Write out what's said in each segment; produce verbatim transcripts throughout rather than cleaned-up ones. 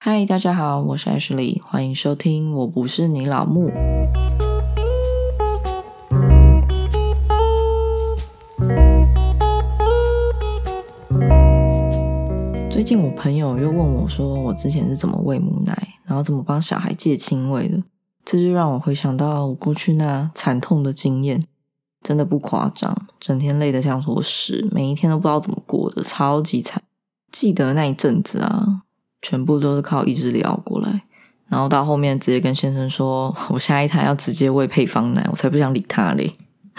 嗨，大家好，我是 Ashley， 欢迎收听我不是你老木。最近我朋友又问我说我之前是怎么喂母奶，然后怎么帮小孩戒亲喂的，这就让我回想到我过去那惨痛的经验，真的不夸张，整天累得像坨屎，每一天都不知道怎么过的，超级惨。记得那一阵子啊，全部都是靠意志力熬过来，然后到后面直接跟先生说我下一胎要直接喂配方奶，我才不想理他嘞。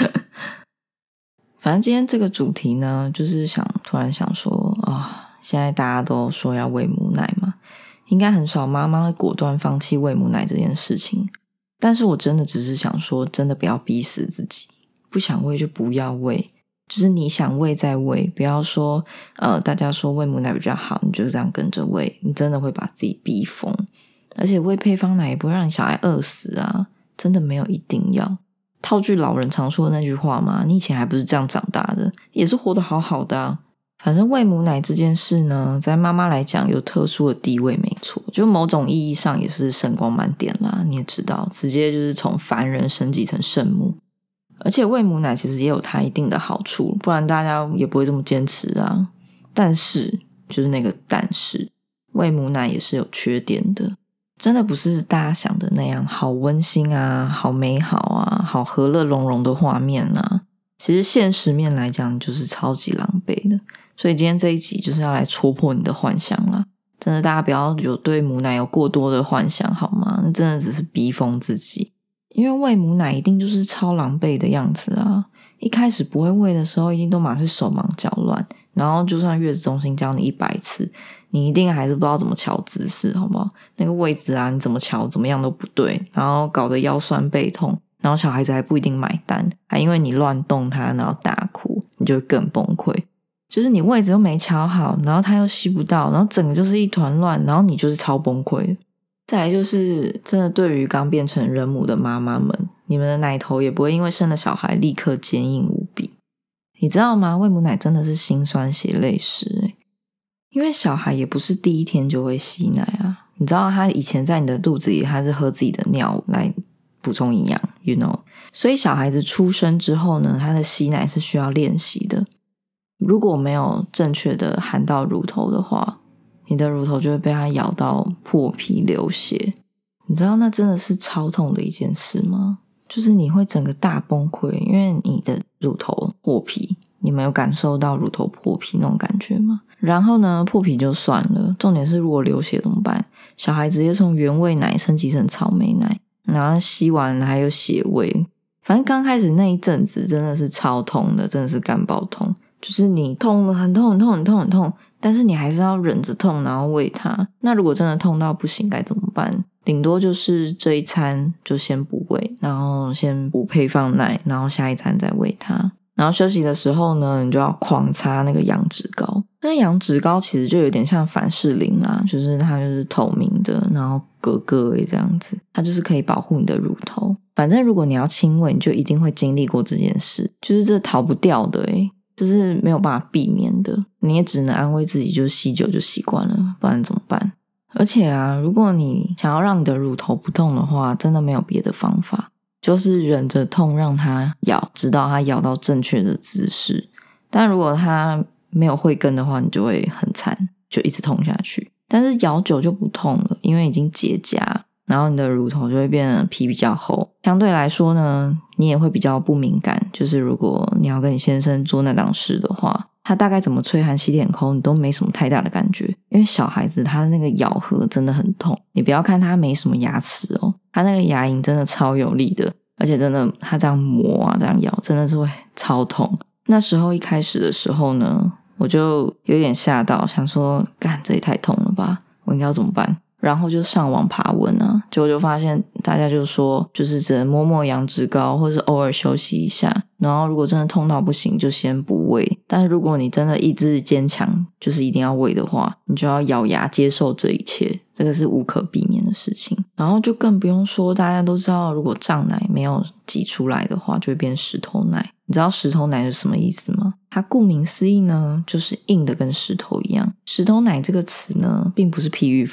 反正今天这个主题呢，就是想突然想说啊、哦，现在大家都说要喂母奶嘛，应该很少妈妈会果断放弃喂母奶这件事情，但是我真的只是想说，真的不要逼死自己，不想喂就不要喂，就是你想喂再喂，不要说呃，大家说喂母奶比较好，你就这样跟着喂，你真的会把自己逼疯。而且喂配方奶也不会让你小孩饿死啊，真的没有一定要。套句老人常说的那句话嘛，你以前还不是这样长大的，也是活得好好的啊。反正喂母奶这件事呢，在妈妈来讲有特殊的地位没错，就某种意义上也是圣光满点啦，你也知道，直接就是从凡人升级成圣母。而且喂母奶其实也有它一定的好处，不然大家也不会这么坚持啊。但是就是那个但是喂母奶也是有缺点的，真的不是大家想的那样好温馨啊，好美好啊，好和乐融融的画面啊。其实现实面来讲就是超级狼狈的，所以今天这一集就是要来戳破你的幻想啦。真的大家不要有对母奶有过多的幻想好吗？那真的只是逼疯自己。因为喂母奶一定就是超狼狈的样子啊，一开始不会喂的时候一定都满是手忙脚乱，然后就算月子中心教你一百次，你一定还是不知道怎么调姿势好不好？那个位置啊你怎么调怎么样都不对，然后搞得腰酸背痛，然后小孩子还不一定买单，还因为你乱动他然后大哭，你就会更崩溃。就是你位置又没调好，然后他又吸不到，然后整个就是一团乱，然后你就是超崩溃的。再来就是真的对于刚变成人母的妈妈们，你们的奶头也不会因为生了小孩立刻坚硬无比。你知道吗？喂母奶真的是心酸血泪史欸，因为小孩也不是第一天就会吸奶啊。你知道他以前在你的肚子里他是喝自己的尿来补充营养 you know， 所以小孩子出生之后呢，他的吸奶是需要练习的。如果没有正确的含到乳头的话，你的乳头就会被它咬到破皮流血。你知道那真的是超痛的一件事吗？就是你会整个大崩溃，因为你的乳头破皮，你没有感受到乳头破皮那种感觉吗？然后呢，破皮就算了，重点是如果流血怎么办？小孩直接从原味奶升级成草莓奶，然后吸完还有血味。反正刚开始那一阵子真的是超痛的，真的是干爆痛，就是你痛了很痛很痛很痛很痛，但是你还是要忍着痛然后喂它。那如果真的痛到不行该怎么办？顶多就是这一餐就先不喂，然后先补配方奶，然后下一餐再喂它。然后休息的时候呢，你就要狂擦那个羊脂膏。那羊脂膏其实就有点像凡士林啦，就是它就是透明的，然后格格欸这样子，它就是可以保护你的乳头。反正如果你要亲喂，你就一定会经历过这件事，就是这逃不掉的欸，这是没有办法避免的。你也只能安慰自己，就吸久就习惯了，不然怎么办？而且啊，如果你想要让你的乳头不痛的话，真的没有别的方法，就是忍着痛让它咬，直到它咬到正确的姿势。但如果它没有慧根的话，你就会很惨，就一直痛下去。但是咬久就不痛了，因为已经结痂，然后你的乳头就会变得皮比较厚，相对来说呢，你也会比较不敏感。就是如果你要跟你先生做那档事的话，他大概怎么吹含吸点抠你都没什么太大的感觉，因为小孩子他的那个咬合真的很痛。你不要看他没什么牙齿哦，他那个牙龈真的超有力的，而且真的他这样磨啊这样咬真的是会超痛。那时候一开始的时候呢，我就有点吓到，想说干这也太痛了吧，我应该要怎么办？然后就上网爬文啊，结果就发现大家就说就是只能摸摸羊脂膏，或是偶尔休息一下，然后如果真的痛到不行就先不喂。但是如果你真的意志坚强，就是一定要喂的话，你就要咬牙接受这一切，这个是无可避免的事情。然后就更不用说大家都知道，如果胀奶没有挤出来的话就会变石头奶。你知道石头奶是什么意思吗？它顾名思义呢，就是硬的跟石头一样。石头奶这个词呢并不是譬喻法，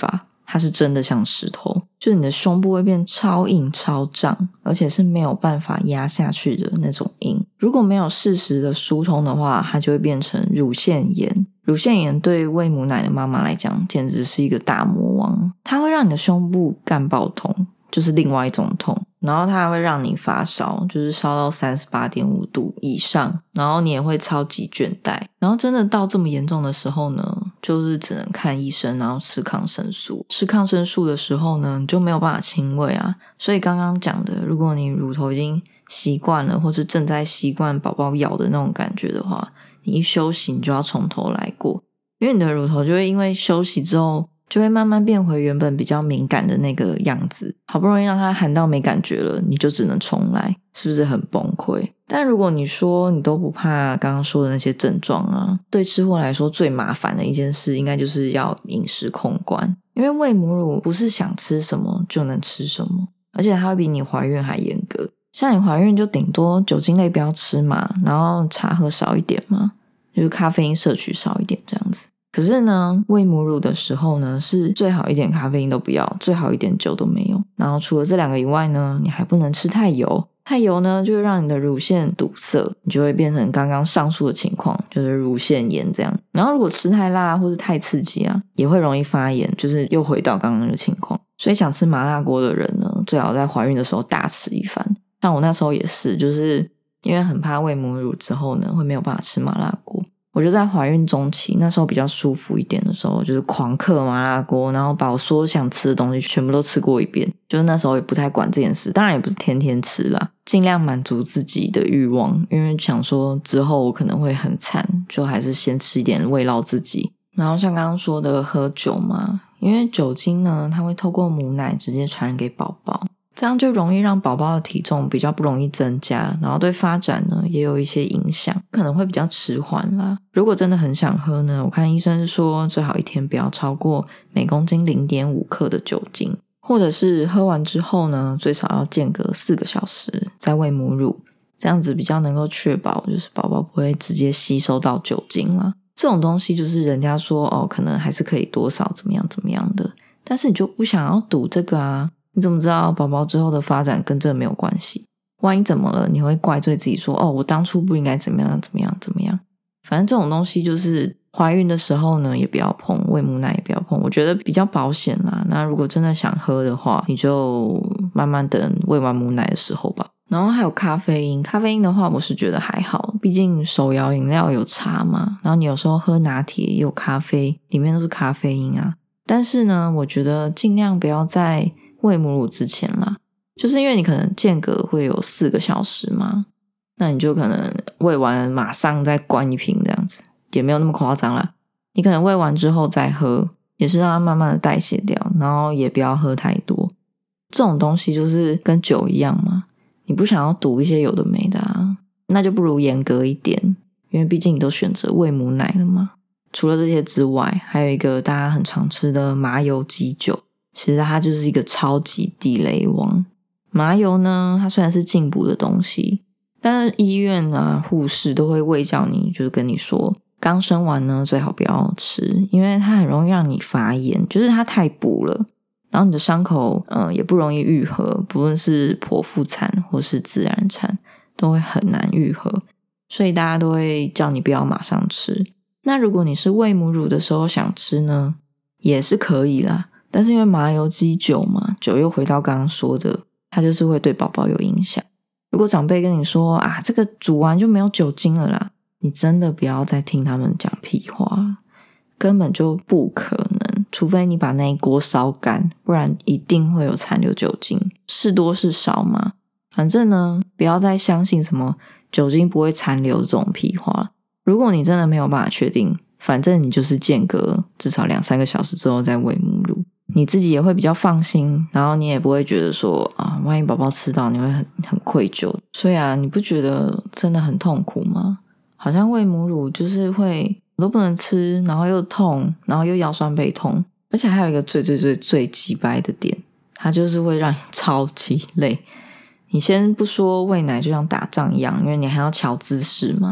它是真的像石头，就你的胸部会变超硬超胀，而且是没有办法压下去的那种硬。如果没有适时的疏通的话，它就会变成乳腺炎。乳腺炎对喂母奶的妈妈来讲简直是一个大魔王，它会让你的胸部干爆痛，就是另外一种痛，然后它还会让你发烧，就是烧到 三十八点五度以上，然后你也会超级倦怠，然后真的到这么严重的时候呢，就是只能看医生，然后吃抗生素。吃抗生素的时候呢，你就没有办法亲喂啊，所以刚刚讲的，如果你乳头已经习惯了，或是正在习惯宝宝咬的那种感觉的话，你一休息你就要从头来过，因为你的乳头就会因为休息之后就会慢慢变回原本比较敏感的那个样子，好不容易让它喊到没感觉了，你就只能重来，是不是很崩溃？但如果你说你都不怕刚刚说的那些症状啊，对吃货来说最麻烦的一件事应该就是要饮食控管，因为喂母乳不是想吃什么就能吃什么，而且它会比你怀孕还严格。像你怀孕就顶多酒精类不要吃嘛，然后茶喝少一点嘛，就是咖啡因摄取少一点这样子。可是呢，喂母乳的时候呢，是最好一点咖啡因都不要，最好一点酒都没有。然后除了这两个以外呢，你还不能吃太油，太油呢就会让你的乳腺堵塞，你就会变成刚刚上述的情况，就是乳腺炎这样。然后如果吃太辣或是太刺激啊，也会容易发炎，就是又回到刚刚的情况。所以想吃麻辣锅的人呢，最好在怀孕的时候大吃一番。像我那时候也是，就是因为很怕喂母乳之后呢会没有办法吃麻辣锅，我就在怀孕中期那时候比较舒服一点的时候，就是狂嗑麻辣锅，然后把我所有想吃的东西全部都吃过一遍，就是那时候也不太管这件事，当然也不是天天吃啦，尽量满足自己的欲望，因为想说之后我可能会很惨，就还是先吃一点慰劳自己。然后像刚刚说的喝酒嘛，因为酒精呢它会透过母奶直接传染给宝宝，这样就容易让宝宝的体重比较不容易增加，然后对发展呢也有一些影响，可能会比较迟缓啦。如果真的很想喝呢，我看医生是说最好一天不要超过每公斤 零点五克的酒精，或者是喝完之后呢最少要间隔四个小时再喂母乳，这样子比较能够确保就是宝宝不会直接吸收到酒精啦。这种东西就是人家说哦可能还是可以多少怎么样怎么样的，但是你就不想要赌这个啊，你怎么知道宝宝之后的发展跟这个没有关系？万一怎么了，你会怪罪自己说哦我当初不应该怎么样怎么样怎么样。反正这种东西就是怀孕的时候呢也不要碰，喂母奶也不要碰，我觉得比较保险啦。那如果真的想喝的话，你就慢慢等喂完母奶的时候吧。然后还有咖啡因，咖啡因的话我是觉得还好，毕竟手摇饮料有茶嘛，然后你有时候喝拿铁也有咖啡，里面都是咖啡因啊。但是呢我觉得尽量不要在喂母乳之前啦，就是因为你可能间隔会有四个小时嘛，那你就可能喂完马上再灌一瓶这样子，也没有那么夸张啦。你可能喂完之后再喝，也是让它慢慢的代谢掉，然后也不要喝太多。这种东西就是跟酒一样嘛，你不想要赌一些有的没的啊，那就不如严格一点，因为毕竟你都选择喂母奶了嘛。除了这些之外，还有一个大家很常吃的麻油鸡酒，其实它就是一个超级地雷王。麻油呢它虽然是进补的东西，但是医院啊护士都会卫教你，就是跟你说刚生完呢最好不要吃，因为它很容易让你发炎，就是它太补了，然后你的伤口呃也不容易愈合，不论是剖腹产或是自然产都会很难愈合，所以大家都会叫你不要马上吃。那如果你是喂母乳的时候想吃呢也是可以啦，但是因为麻油鸡酒嘛，酒又回到刚刚说的，它就是会对宝宝有影响。如果长辈跟你说啊这个煮完就没有酒精了啦，你真的不要再听他们讲屁话了，根本就不可能，除非你把那一锅烧干，不然一定会有残留酒精，是多是少嘛。反正呢不要再相信什么酒精不会残留这种屁话，如果你真的没有办法确定，反正你就是间隔至少两三个小时之后再喂母乳，你自己也会比较放心，然后你也不会觉得说啊，万一宝宝吃到你会很很愧疚。所以啊，你不觉得真的很痛苦吗？好像喂母乳就是会都不能吃，然后又痛，然后又腰酸背痛，而且还有一个最最最最鸡掰的点，它就是会让你超级累。你先不说喂奶就像打仗一样，因为你还要调姿势嘛，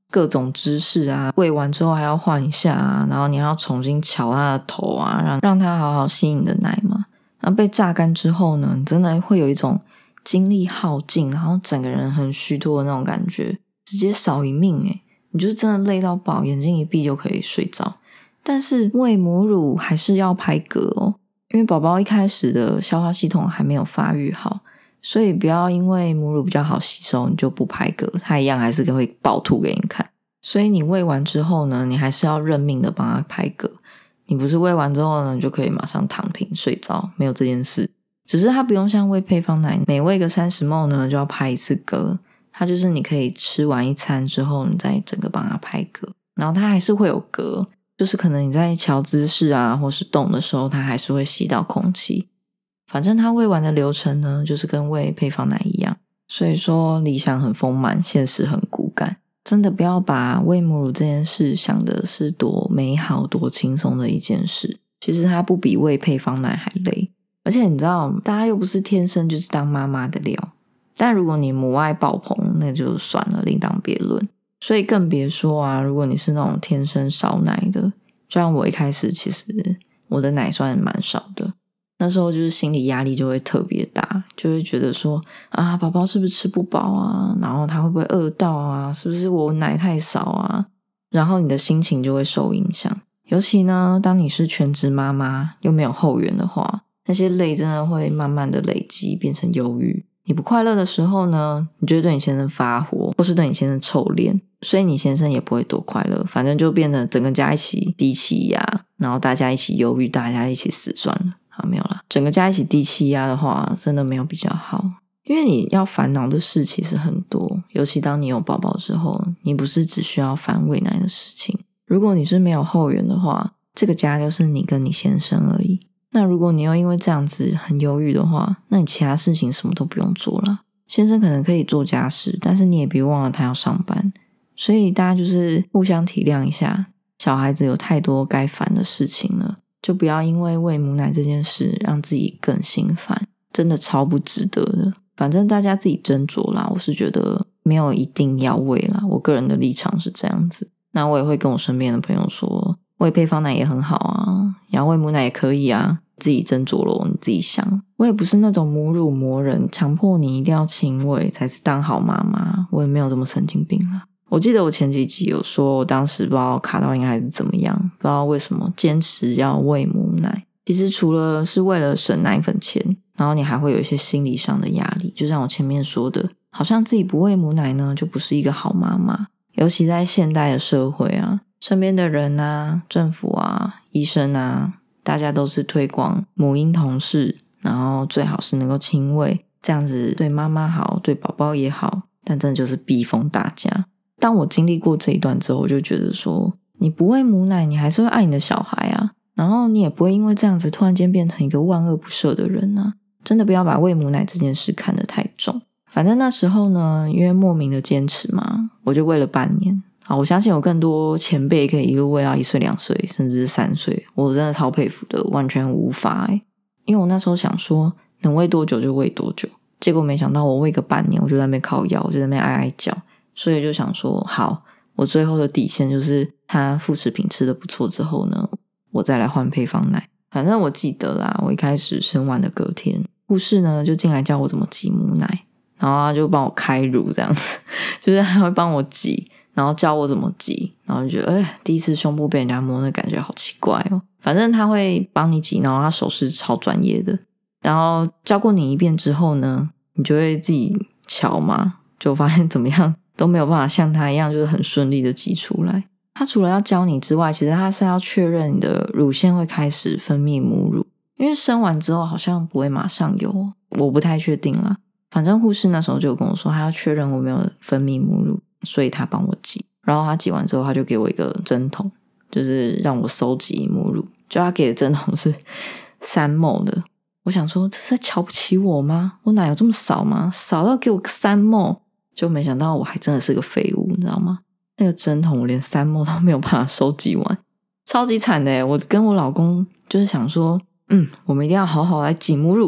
各种姿势啊，喂完之后还要换一下啊，然后你还要重新瞧他的头啊，让让他好好吸你的奶嘛。然后被榨干之后呢，你真的会有一种精力耗尽，然后整个人很虚脱的那种感觉，直接少一命诶，你就是真的累到饱，眼睛一闭就可以睡着。但是喂母乳还是要拍嗝哦，因为宝宝一开始的消化系统还没有发育好，所以不要因为母乳比较好吸收你就不拍嗝，它一样还是会暴吐给你看。所以你喂完之后呢，你还是要认命的帮它拍嗝，你不是喂完之后呢你就可以马上躺平睡着，没有这件事。只是它不用像喂配方奶，每喂个三十毫升呢就要拍一次嗝，它就是你可以吃完一餐之后你再整个帮它拍嗝，然后它还是会有嗝，就是可能你在调姿势啊或是动的时候它还是会吸到空气。反正它喂完的流程呢就是跟喂配方奶一样，所以说理想很丰满，现实很骨感。真的不要把喂母乳这件事想的是多美好多轻松的一件事，其实它不比喂配方奶还累。而且你知道大家又不是天生就是当妈妈的料，但如果你母爱爆棚那就算了，另当别论。所以更别说啊，如果你是那种天生少奶的，就像我一开始其实我的奶算蛮少的，那时候就是心理压力就会特别大，就会觉得说啊，宝宝是不是吃不饱啊，然后他会不会饿到啊，是不是我奶太少啊，然后你的心情就会受影响。尤其呢当你是全职妈妈又没有后援的话，那些累真的会慢慢的累积变成忧郁。你不快乐的时候呢，你就会对你先生发火，或是对你先生臭脸，所以你先生也不会多快乐，反正就变得整个家一起低气压，然后大家一起忧郁，大家一起死算了。好，没有啦，整个家一起低气压的话真的没有比较好，因为你要烦恼的事其实很多，尤其当你有宝宝之后，你不是只需要烦喂奶的事情。如果你是没有后援的话，这个家就是你跟你先生而已。那如果你又因为这样子很忧郁的话，那你其他事情什么都不用做了。先生可能可以做家事，但是你也别忘了他要上班，所以大家就是互相体谅一下，小孩子有太多该烦的事情了，就不要因为喂母奶这件事让自己更心烦，真的超不值得的。反正大家自己斟酌啦，我是觉得没有一定要喂啦，我个人的立场是这样子。那我也会跟我身边的朋友说，喂配方奶也很好啊，然后喂母奶也可以啊，自己斟酌咯，你自己想。我也不是那种母乳魔人，强迫你一定要亲喂才是当好妈妈，我也没有这么神经病啦。我记得我前几集有说我当时不知道卡到应该还是怎么样，不知道为什么坚持要喂母奶。其实除了是为了省奶粉钱，然后你还会有一些心理上的压力，就像我前面说的，好像自己不喂母奶呢就不是一个好妈妈。尤其在现代的社会啊，身边的人啊，政府啊，医生啊，大家都是推广母婴同事，然后最好是能够亲喂，这样子对妈妈好，对宝宝也好，但真的就是逼疯大家。当我经历过这一段之后，我就觉得说，你不喂母奶，你还是会爱你的小孩啊，然后你也不会因为这样子突然间变成一个万恶不赦的人啊。真的不要把喂母奶这件事看得太重。反正那时候呢，因为莫名的坚持嘛，我就喂了半年。好，我相信有更多前辈可以一路喂到一岁、两岁，甚至是三岁，我真的超佩服的，完全无法欸。因为我那时候想说，能喂多久就喂多久，结果没想到我喂个半年，我就在那边靠腰，我就在那边哀哀叫，所以就想说，好，我最后的底线就是他副食品吃得不错之后呢，我再来换配方奶。反正我记得啦，我一开始生完的隔天，护士呢就进来教我怎么挤母奶，然后他就帮我开乳这样子，就是他会帮我挤，然后教我怎么挤，然后就觉得哎，第一次胸部被人家摸那感觉好奇怪哦。反正他会帮你挤，然后他手势超专业的，然后教过你一遍之后呢，你就会自己瞧嘛，就发现怎么样都没有办法像他一样就是很顺利的挤出来。他除了要教你之外，其实他是要确认你的乳腺会开始分泌母乳，因为生完之后好像不会马上有，我不太确定啦。反正护士那时候就跟我说，他要确认我没有分泌母乳，所以他帮我挤。然后他挤完之后，他就给我一个针筒，就是让我收集母乳。就他给的针筒是三 ml 的，我想说这是在瞧不起我吗？我奶有这么少吗？少到给我三 ml， 就没想到我还真的是个废物，你知道吗？那个针筒我连三 ml 都没有办法收集完，超级惨的耶。我跟我老公就是想说，嗯，我们一定要好好来挤母乳了。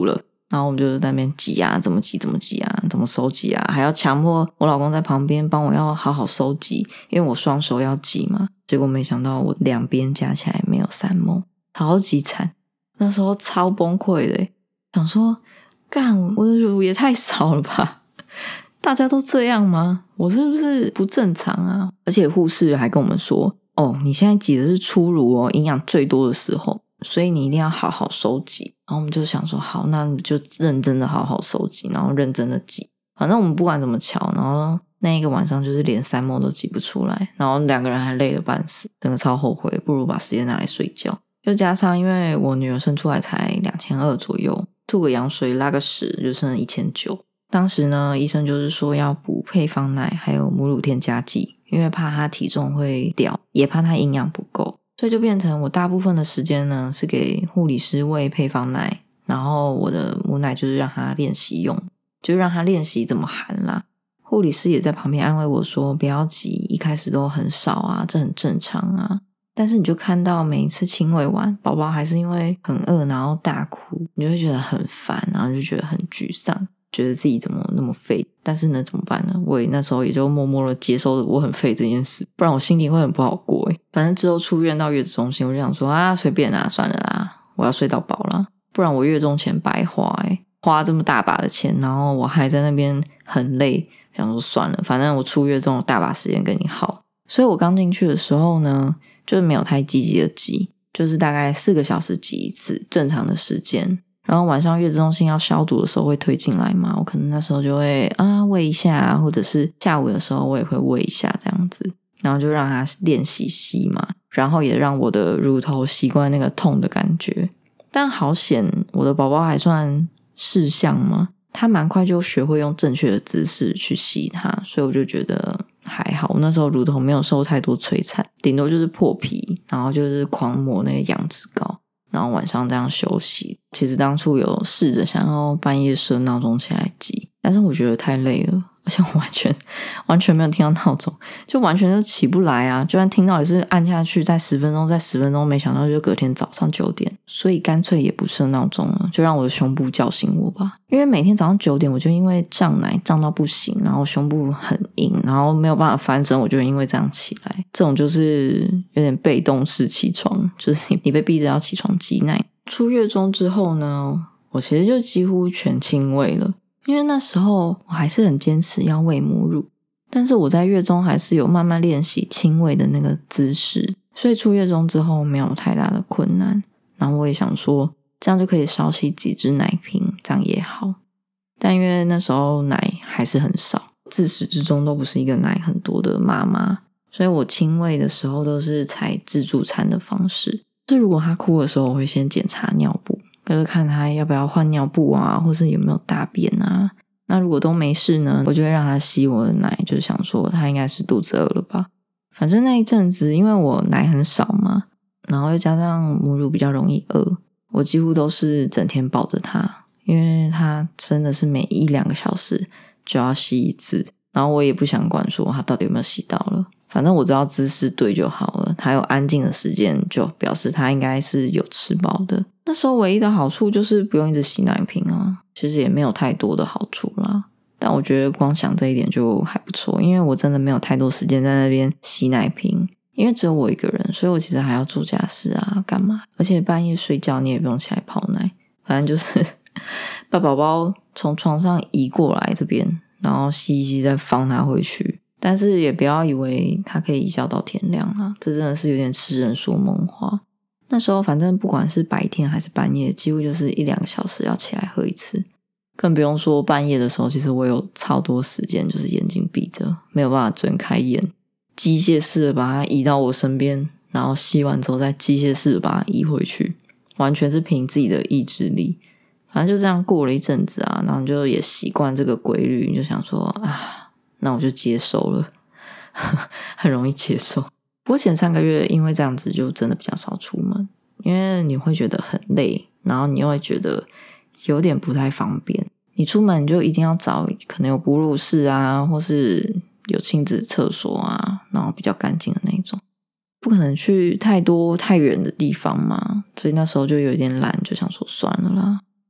然后我们就在那边挤啊，怎么挤怎么挤啊，怎么收集啊，还要强迫我老公在旁边帮我要好好收集，因为我双手要挤嘛。结果没想到我两边加起来没有三畝，超级惨，那时候超崩溃的耶，想说干，我的乳也太少了吧，大家都这样吗？我是不是不正常啊？而且护士还跟我们说，哦，你现在挤的是初乳哦，营养最多的时候，所以你一定要好好收集。然后我们就想说好，那你就认真的好好收集，然后认真的挤。反正我们不管怎么瞧，然后那一个晚上就是连三畝都挤不出来，然后两个人还累得半死，整个超后悔，不如把时间拿来睡觉。又加上因为我女儿生出来才两千二左右，吐个羊水拉个屎就剩一千九。当时呢医生就是说要补配方奶还有母乳添加剂，因为怕她体重会掉，也怕她营养不够，所以就变成我大部分的时间呢是给护理师喂配方奶，然后我的母奶就是让她练习用，就让她练习怎么含啦。护理师也在旁边安慰我说不要急，一开始都很少啊，这很正常啊。但是你就看到每一次亲喂完宝宝还是因为很饿然后大哭，你就会觉得很烦，然后就觉得很沮丧，觉得自己怎么那么废。但是呢怎么办呢，我也那时候也就默默的接受了我很废这件事，不然我心里会很不好过耶。反正之后出院到月子中心，我就想说啊随便啦，算了啦，我要睡到饱啦，不然我月中钱白花耶，花这么大把的钱，然后我还在那边很累，想说算了，反正我出月中有大把时间跟你耗。所以我刚进去的时候呢就是没有太积极的挤，就是大概四个小时挤一次正常的时间。然后晚上月子中心要消毒的时候会推进来嘛，我可能那时候就会啊喂一下，或者是下午的时候我也会喂一下这样子，然后就让他练习吸嘛，然后也让我的乳头习惯那个痛的感觉。但好险我的宝宝还算识相嘛，他蛮快就学会用正确的姿势去吸它，所以我就觉得还好，我那时候乳头没有受太多摧残，顶多就是破皮，然后就是狂抹那个羊脂膏，然后晚上这样休息。其实当初有试着想要半夜设闹钟起来挤，但是我觉得太累了，而且我完全完全没有听到闹钟，就完全就起不来啊，就算听到也是按下去再十分钟再十分钟，没想到就隔天早上九点，所以干脆也不设闹钟了，就让我的胸部叫醒我吧。因为每天早上九点我就因为胀奶胀到不行，然后胸部很硬，然后没有办法翻身，我就因为这样起来，这种就是有点被动式起床，就是你被逼着要起床挤奶。出月中之后呢我其实就几乎全亲喂了，因为那时候我还是很坚持要喂母乳，但是我在月中还是有慢慢练习亲喂的那个姿势，所以出月中之后没有太大的困难。然后我也想说这样就可以少洗几支奶瓶，这样也好。但因为那时候奶还是很少，自始至终都不是一个奶很多的妈妈，所以我亲喂的时候都是采自助餐的方式。就是如果她哭的时候我会先检查尿布，就是看她要不要换尿布啊，或是有没有大便啊。那如果都没事呢，我就会让她吸我的奶，就是想说她应该是肚子饿了吧。反正那一阵子因为我奶很少嘛，然后又加上母乳比较容易饿，我几乎都是整天抱着她，因为她真的是每一两个小时就要吸一次，然后我也不想管说她到底有没有吸到了，反正我知道姿势对就好了，她有安静的时间就表示她应该是有吃饱的。那时候唯一的好处就是不用一直洗奶瓶啊，其实也没有太多的好处啦，但我觉得光想这一点就还不错，因为我真的没有太多时间在那边洗奶瓶，因为只有我一个人，所以我其实还要做家事啊干嘛，而且半夜睡觉你也不用起来泡奶，反正就是把宝宝从床上移过来这边，然后吸一吸再放他回去。但是也不要以为他可以一觉到天亮啊，这真的是有点痴人说梦话。那时候反正不管是白天还是半夜，几乎就是一两个小时要起来喝一次，更不用说半夜的时候，其实我有超多时间就是眼睛闭着没有办法睁开眼，机械式的把它移到我身边，然后吸完之后再机械式的把它移回去，完全是凭自己的意志力。反正就这样过了一阵子啊，然后就也习惯这个规律，你就想说啊，那我就接受了很容易接受。不过前三个月因为这样子就真的比较少出门，因为你会觉得很累，然后你又会觉得有点不太方便，你出门就一定要找可能有哺乳室啊，或是有亲子厕所啊，然后比较干净的那种，不可能去太多太远的地方嘛，所以那时候就有点懒，就想说算了啦，不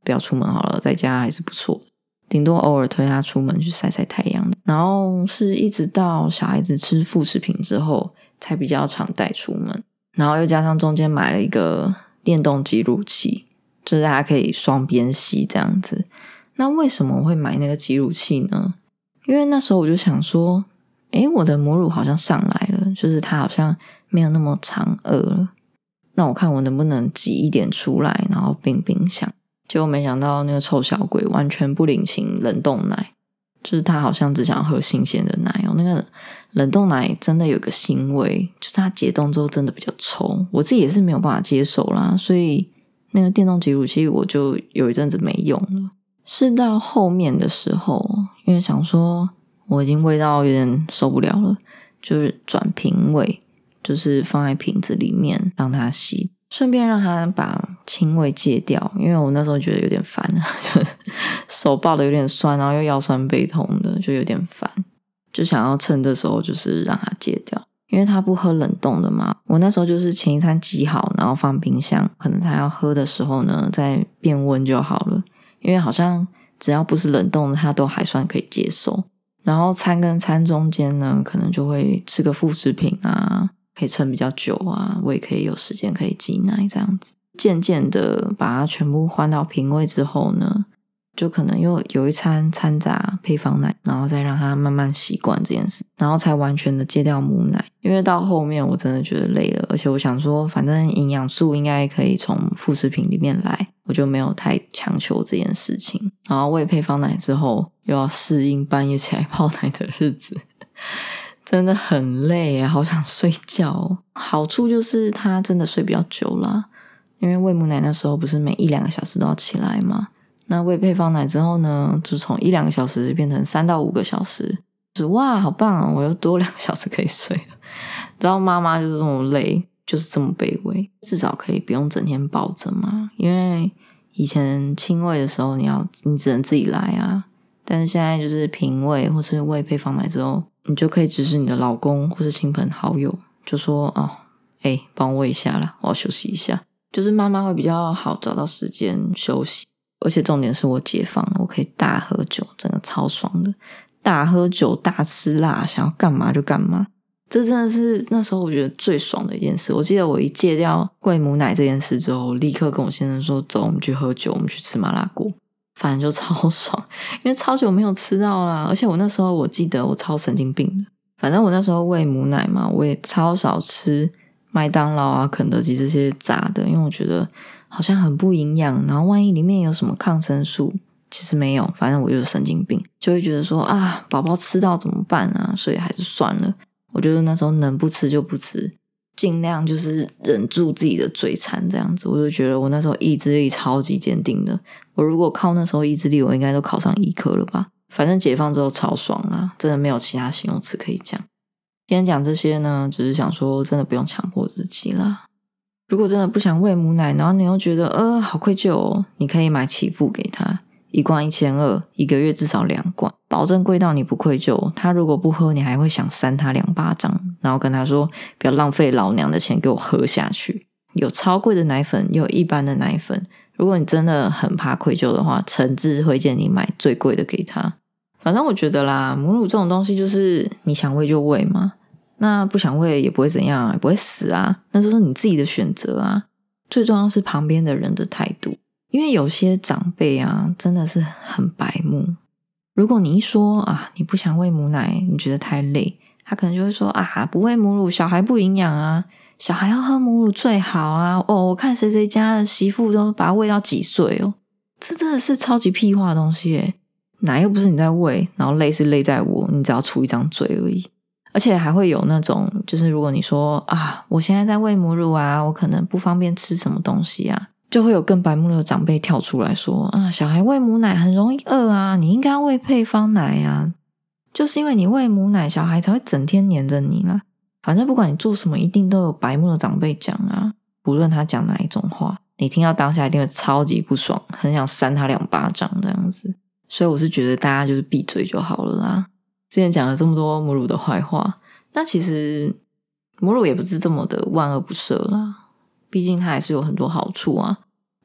不要出门好了，在家还是不错的，顶多偶尔推他出门去晒晒太阳。然后是一直到小孩子吃副食品之后才比较常带出门，然后又加上中间买了一个电动挤乳器，就是大家可以双边吸这样子。那为什么我会买那个挤乳器呢？因为那时候我就想说，诶，我的母乳好像上来了，就是它好像没有那么常饿了，那我看我能不能挤一点出来，然后冰冰箱。结果没想到那个臭小鬼完全不领情冷冻奶，就是他好像只想喝新鲜的奶哦。那个冷冻奶真的有个腥味，就是它解冻之后真的比较臭，我自己也是没有办法接受啦，所以那个电动挤乳器我就有一阵子没用了。是到后面的时候，因为想说我已经味道有点受不了了，就是转瓶味，就是放在瓶子里面让它吸，顺便让它把腥味戒掉。因为我那时候觉得有点烦，手抱的有点酸，然后又腰酸背痛的，就有点烦，就想要趁这时候就是让它戒掉。因为他不喝冷冻的嘛，我那时候就是前一餐挤好然后放冰箱，可能他要喝的时候呢再变温就好了，因为好像只要不是冷冻的他都还算可以接受。然后餐跟餐中间呢可能就会吃个副食品啊，可以撑比较久啊，我也可以有时间可以挤奶这样子。渐渐的把它全部换到瓶味之后呢，就可能又有一餐掺杂配方奶，然后再让它慢慢习惯这件事，然后才完全的戒掉母奶。因为到后面我真的觉得累了，而且我想说反正营养素应该可以从副食品里面来，我就没有太强求这件事情。然后喂配方奶之后又要适应半夜起来泡奶的日子，真的很累耶，好想睡觉哦。好处就是它真的睡比较久啦，因为喂母奶那时候不是每一两个小时都要起来嘛，那喂配方奶之后呢，就从一两个小时变成三到五个小时，就是哇好棒哦，我又多两个小时可以睡了。知道妈妈就是这么累，就是这么卑微，至少可以不用整天抱着嘛。因为以前亲喂的时候你要你只能自己来啊，但是现在就是瓶喂或是喂配方奶之后，你就可以指示你的老公或是亲朋好友，就说哦，诶帮我喂一下啦，我要休息一下。就是妈妈会比较好找到时间休息，而且重点是我解放，我可以大喝酒，真的超爽的，大喝酒大吃辣，想要干嘛就干嘛。这真的是那时候我觉得最爽的一件事。我记得我一戒掉喂母奶这件事之后，立刻跟我先生说走，我们去喝酒，我们去吃麻辣锅，反正就超爽，因为超久没有吃到啦。而且我那时候我记得我超神经病的，反正我那时候喂母奶嘛，我也超少吃麦当劳啊肯德基这些炸的，因为我觉得好像很不营养，然后万一里面有什么抗生素，其实没有，反正我就是神经病，就会觉得说啊宝宝吃到怎么办啊，所以还是算了。我觉得那时候能不吃就不吃，尽量就是忍住自己的嘴馋这样子。我就觉得我那时候意志力超级坚定的，我如果靠那时候意志力我应该都考上医科了吧。反正解放之后超爽啦，真的没有其他形容词可以讲。今天讲这些呢，只是想说真的不用强迫自己啦。如果真的不想喂母奶，然后你又觉得呃好愧疚哦，你可以买起付给他，一罐一千二，一个月至少两罐，保证贵到你不愧疚。他如果不喝，你还会想扇他两巴掌，然后跟他说不要浪费老娘的钱给我喝下去。有超贵的奶粉，也有一般的奶粉，如果你真的很怕愧疚的话，诚挚推荐你买最贵的给他。反正我觉得啦，母乳这种东西就是你想喂就喂嘛，那不想喂也不会怎样，也不会死啊，那就是你自己的选择啊。最重要是旁边的人的态度，因为有些长辈啊真的是很白目。如果你一说啊你不想喂母奶，你觉得太累，他可能就会说啊不喂母乳小孩不营养啊，小孩要喝母乳最好啊，哦我看谁谁家的媳妇都把他喂到几岁哦。这真的是超级屁话的东西耶，奶又不是你在喂，然后累是累在我，你只要出一张嘴而已。而且还会有那种就是如果你说啊我现在在喂母乳啊，我可能不方便吃什么东西啊，就会有更白目的长辈跳出来说啊小孩喂母奶很容易饿啊，你应该喂配方奶啊，就是因为你喂母奶小孩才会整天黏着你啦。反正不管你做什么一定都有白目的长辈讲啊，不论他讲哪一种话，你听到当下一定会超级不爽，很想扇他两巴掌这样子。所以我是觉得大家就是闭嘴就好了啦。之前讲了这么多母乳的坏话，那其实母乳也不是这么的万恶不赦啦，毕竟它还是有很多好处啊。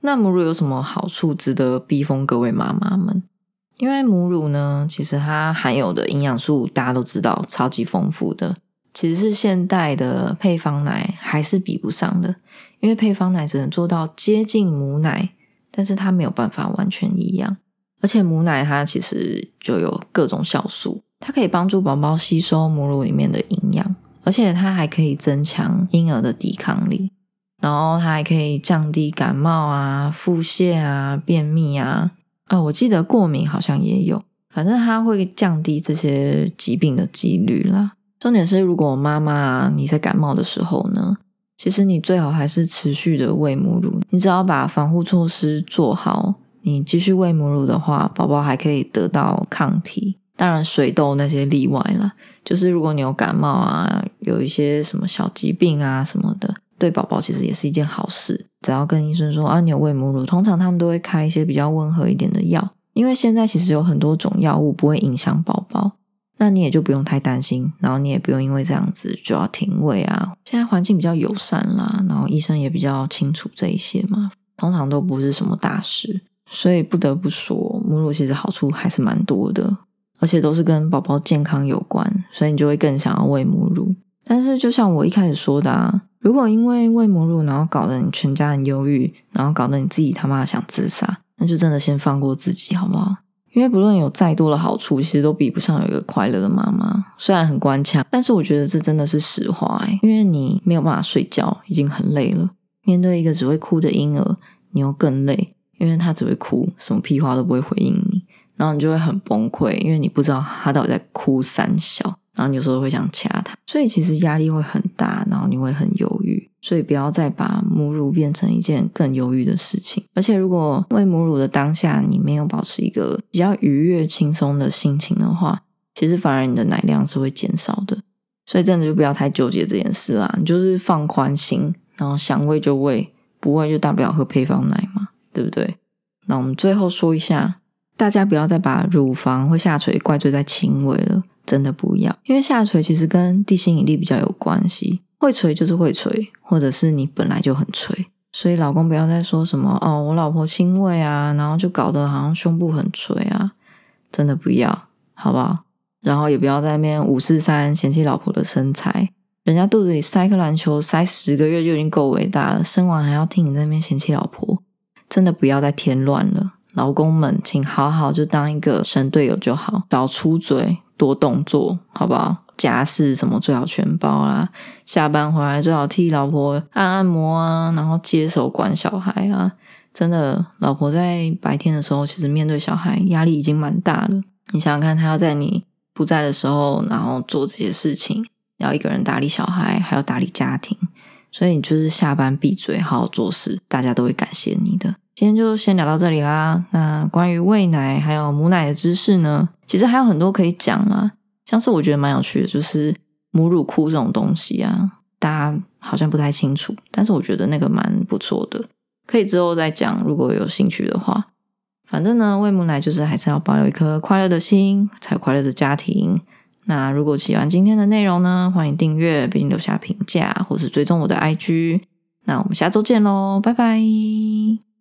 那母乳有什么好处值得逼疯各位妈妈们？因为母乳呢，其实它含有的营养素大家都知道超级丰富的，其实是现代的配方奶还是比不上的。因为配方奶只能做到接近母奶，但是它没有办法完全一样。而且母奶它其实就有各种酵素，它可以帮助宝宝吸收母乳里面的营养，而且它还可以增强婴儿的抵抗力，然后它还可以降低感冒啊、腹泻啊、便秘啊，啊，我记得过敏好像也有，反正它会降低这些疾病的几率啦。重点是如果妈妈你在感冒的时候呢，其实你最好还是持续的喂母乳，你只要把防护措施做好，你继续喂母乳的话，宝宝还可以得到抗体。当然水痘那些例外啦，就是如果你有感冒啊，有一些什么小疾病啊什么的，对宝宝其实也是一件好事。只要跟医生说啊，你有喂母乳，通常他们都会开一些比较温和一点的药，因为现在其实有很多种药物不会影响宝宝，那你也就不用太担心，然后你也不用因为这样子就要停喂啊。现在环境比较友善啦，然后医生也比较清楚这一些嘛，通常都不是什么大事，所以不得不说母乳其实好处还是蛮多的，而且都是跟宝宝健康有关，所以你就会更想要喂母乳。但是就像我一开始说的啊，如果因为喂母乳然后搞得你全家很忧郁，然后搞得你自己他妈想自杀，那就真的先放过自己好不好？因为不论有再多的好处，其实都比不上有一个快乐的妈妈。虽然很官腔，但是我觉得这真的是实话欸，因为你没有办法睡觉，已经很累了，面对一个只会哭的婴儿，你又更累，因为他只会哭，什么屁话都不会回应你，然后你就会很崩溃，因为你不知道他到底在哭三小，然后你有时候会想掐他，所以其实压力会很大，然后你会很忧郁，所以不要再把母乳变成一件更忧郁的事情。而且如果喂母乳的当下你没有保持一个比较愉悦轻松的心情的话，其实反而你的奶量是会减少的，所以真的就不要太纠结这件事啦，你就是放宽心，然后想喂就喂，不喂就大不了喝配方奶嘛，对不对？那我们最后说一下，大家不要再把乳房会下垂怪罪在轻微了，真的不要，因为下垂其实跟地心引力比较有关系，会垂就是会垂，或者是你本来就很垂，所以老公不要再说什么哦，我老婆亲喂啊，然后就搞得好像胸部很垂啊，真的不要，好不好？然后也不要在那边五四三嫌弃老婆的身材，人家肚子里塞颗篮球塞十个月就已经够伟大了，生完还要听你在那边嫌弃老婆，真的不要再添乱了。老公们请好好就当一个神队友就好，少出嘴多动作好不好？家事什么最好全包啦，下班回来最好替老婆按按摩啊，然后接手管小孩啊。真的老婆在白天的时候其实面对小孩压力已经蛮大了，你想想看，她要在你不在的时候然后做这些事情，要一个人打理小孩还要打理家庭，所以你就是下班闭嘴好好做事，大家都会感谢你的。今天就先聊到这里啦。那关于喂奶还有母奶的知识呢，其实还有很多可以讲啦，像是我觉得蛮有趣的，就是母乳库这种东西啊，大家好像不太清楚，但是我觉得那个蛮不错的，可以之后再讲，如果有兴趣的话。反正呢，喂母奶就是还是要保有一颗快乐的心，才有快乐的家庭。那如果喜欢今天的内容呢，欢迎订阅并留下评价，或是追踪我的 I G。那我们下周见咯，拜拜。